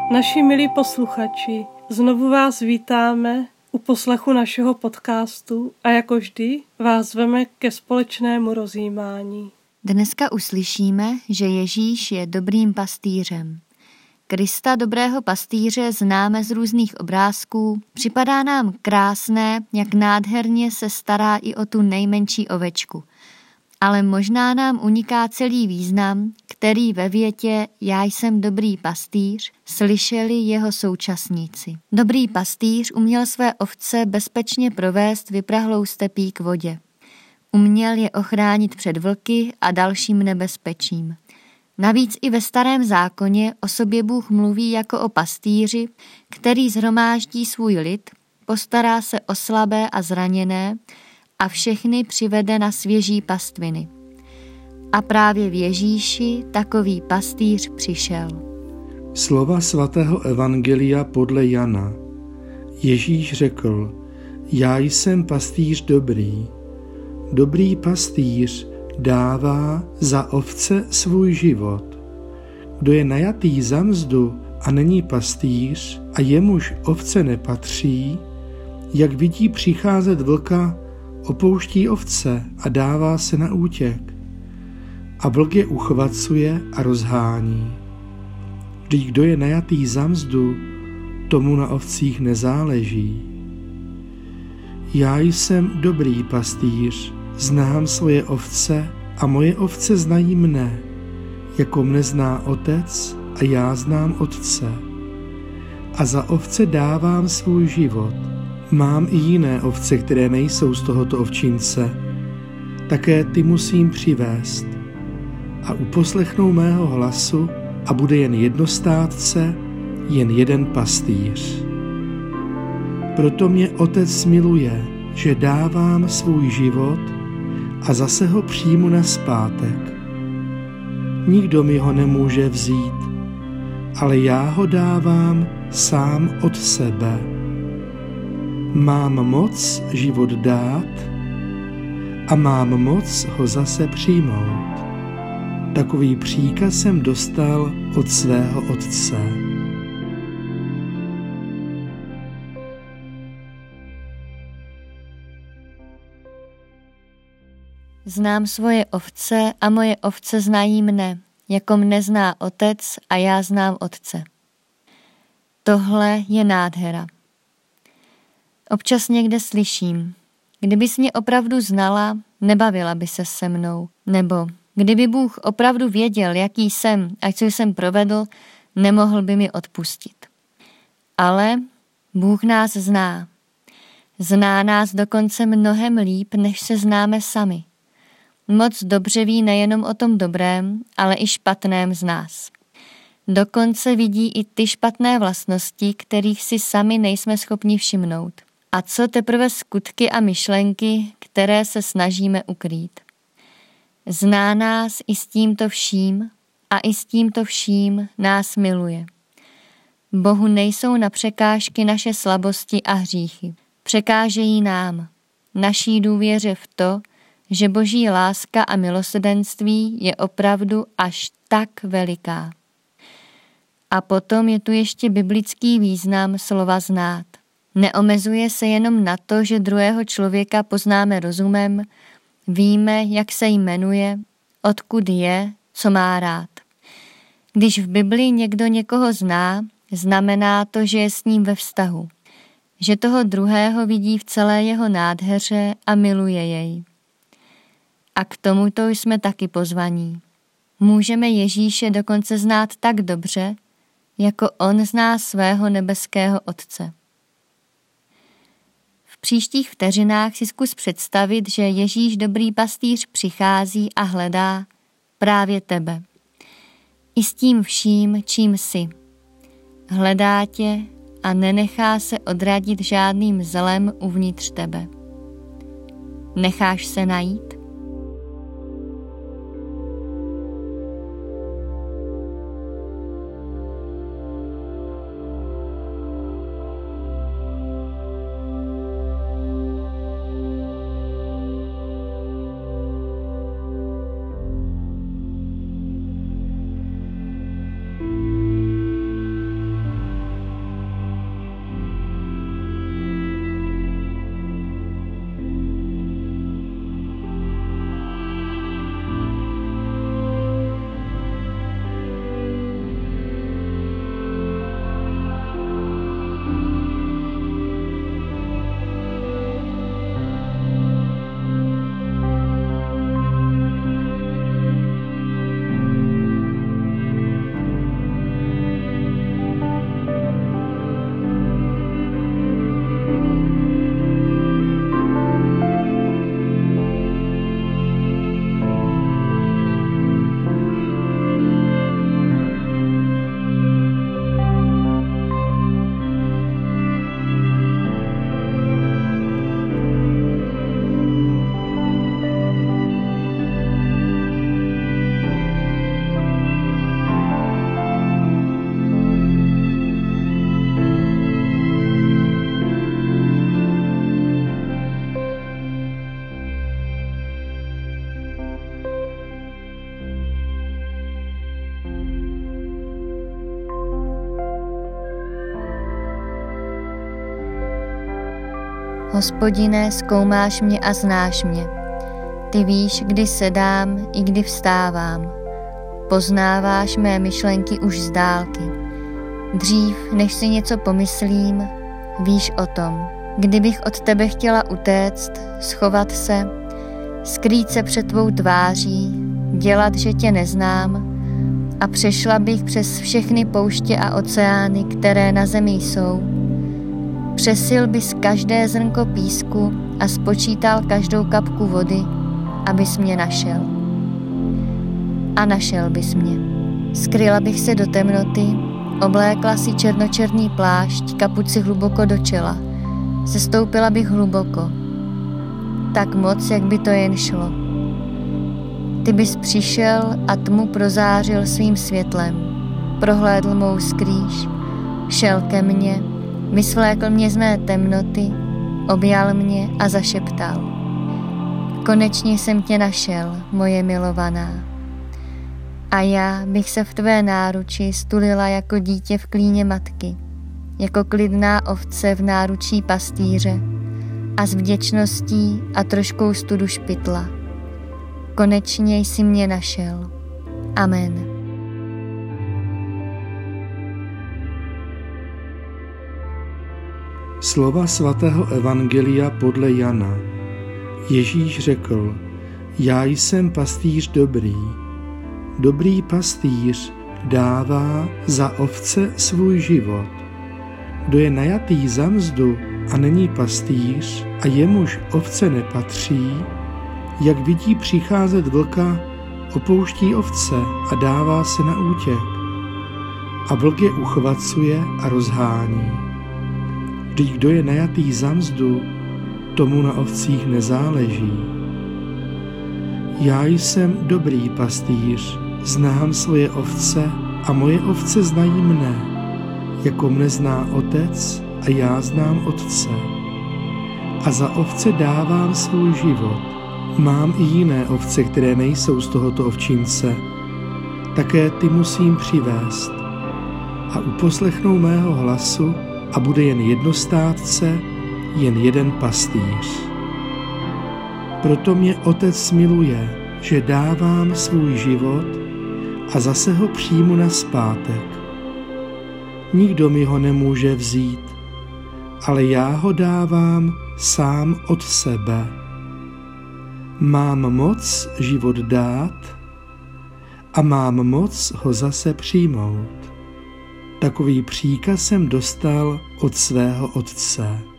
Naši milí posluchači, znovu vás vítáme u poslechu našeho podcastu a jako vždy vás zveme ke společnému rozjímání. Dneska uslyšíme, že Ježíš je dobrým pastýřem. Krista, dobrého pastýře, známe z různých obrázků. Připadá nám krásné, jak nádherně se stará i o tu nejmenší ovečku. Ale možná nám uniká celý význam, který ve větě "Já jsem dobrý pastýř" slyšeli jeho současníci. Dobrý pastýř uměl své ovce bezpečně provést vyprahlou stepí k vodě. Uměl je ochránit před vlky a dalším nebezpečím. Navíc i ve Starém zákoně o sobě Bůh mluví jako o pastýři, který shromáždí svůj lid, postará se o slabé a zraněné a všechny přivede na svěží pastviny. A právě v Ježíši takový pastýř přišel. Slova svatého evangelia podle Jana. Ježíš řekl: Já jsem pastýř dobrý. Dobrý pastýř dává za ovce svůj život. Kdo je najatý za mzdu a není pastýř a jemuž ovce nepatří, jak vidí přicházet vlka, opouští ovce a dává se na útěk. A vlk je uchvacuje a rozhání. Vždyť kdo je najatý za mzdu, tomu na ovcích nezáleží. Já jsem dobrý pastýř, znám svoje ovce a moje ovce znají mne, jako mne zná otec a já znám otce. A za ovce dávám svůj život. Mám i jiné ovce, které nejsou z tohoto ovčince. Také ty musím přivést. A uposlechnou mého hlasu a bude jen jedno stádce, jen jeden pastýř. Proto mě otec miluje, že dávám svůj život a zase ho přijmu nazpátek. Nikdo mi ho nemůže vzít, ale já ho dávám sám od sebe. Mám moc život dát a mám moc ho zase přijmout. Takový příkaz jsem dostal od svého otce. Znám svoje ovce a moje ovce znají mne, jako mne zná otec a já znám otce. Tohle je nádhera. Občas někde slyším: kdybys mě opravdu znala, nebavila by se se mnou. Nebo kdyby Bůh opravdu věděl, jaký jsem a co jsem provedl, nemohl by mi odpustit. Ale Bůh nás zná. Zná nás dokonce mnohem líp, než se známe sami. Moc dobře ví nejenom o tom dobrém, ale i špatném z nás. Dokonce vidí i ty špatné vlastnosti, kterých si sami nejsme schopni všimnout. A co teprve skutky a myšlenky, které se snažíme ukrýt. Zná nás i s tímto vším a i s tímto vším nás miluje. Bohu nejsou na překážky naše slabosti a hříchy. Překážejí nám, naší důvěře v to, že Boží láska a milosrdenství je opravdu až tak veliká. A potom je tu ještě biblický význam slova znát. Neomezuje se jenom na to, že druhého člověka poznáme rozumem, víme, jak se jmenuje, odkud je, co má rád. Když v Biblii někdo někoho zná, znamená to, že je s ním ve vztahu, že toho druhého vidí v celé jeho nádheře a miluje jej. A k tomuto jsme taky pozvaní. Můžeme Ježíše dokonce znát tak dobře, jako on zná svého nebeského Otce. V příštích vteřinách si zkus představit, že Ježíš dobrý pastýř přichází a hledá právě tebe. I s tím vším, čím jsi. Hledá tě a nenechá se odradit žádným zlem uvnitř tebe. Necháš se najít? Hospodine, zkoumáš mě a znáš mě. Ty víš, kdy sedám i kdy vstávám. Poznáváš mé myšlenky už z dálky. Dřív, než si něco pomyslím, víš o tom. Kdybych od tebe chtěla utéct, schovat se, skrýt se před tvou tváří, dělat, že tě neznám, a přešla bych přes všechny pouště a oceány, které na zemi jsou. Přesil bys každé zrnko písku a spočítal každou kapku vody, abys mě našel. A našel bys mě. Skryla bych se do temnoty, oblékla si černočerný plášť, kapuci hluboko do čela. Sestoupila bych hluboko. Tak moc, jak by to jen šlo. Ty bys přišel a tmu prozářil svým světlem. Prohlédl mou skrýš, šel ke mně, vysvlékl mě z mé temnoty, objal mě a zašeptal. Konečně jsem tě našel, moje milovaná. A já bych se v tvé náruči stulila jako dítě v klíně matky, jako klidná ovce v náručí pastýře a s vděčností a troškou studu špitla. Konečně jsi mě našel. Amen. Slova svatého evangelia podle Jana. Ježíš řekl, já jsem pastýř dobrý. Dobrý pastýř dává za ovce svůj život. Kdo je najatý za mzdu a není pastýř a jemuž ovce nepatří, jak vidí přicházet vlka, opouští ovce a dává se na útěk. A vlk je uchvacuje a rozhání. Vždyť kdo je najatý za mzdu, tomu na ovcích nezáleží. Já jsem dobrý pastýř, znám svoje ovce a moje ovce znají mne, jako mne zná otec a já znám otce. A za ovce dávám svůj život. Mám i jiné ovce, které nejsou z tohoto ovčince. Také ty musím přivést. A uposlechnou mého hlasu a bude jen jedno stádce, jen jeden pastýř. Proto mě otec miluje, že dávám svůj život a zase ho přijmu nazpátek. Nikdo mi ho nemůže vzít, ale já ho dávám sám od sebe. Mám moc život dát a mám moc ho zase přijmout. Takový příkaz jsem dostal od svého otce.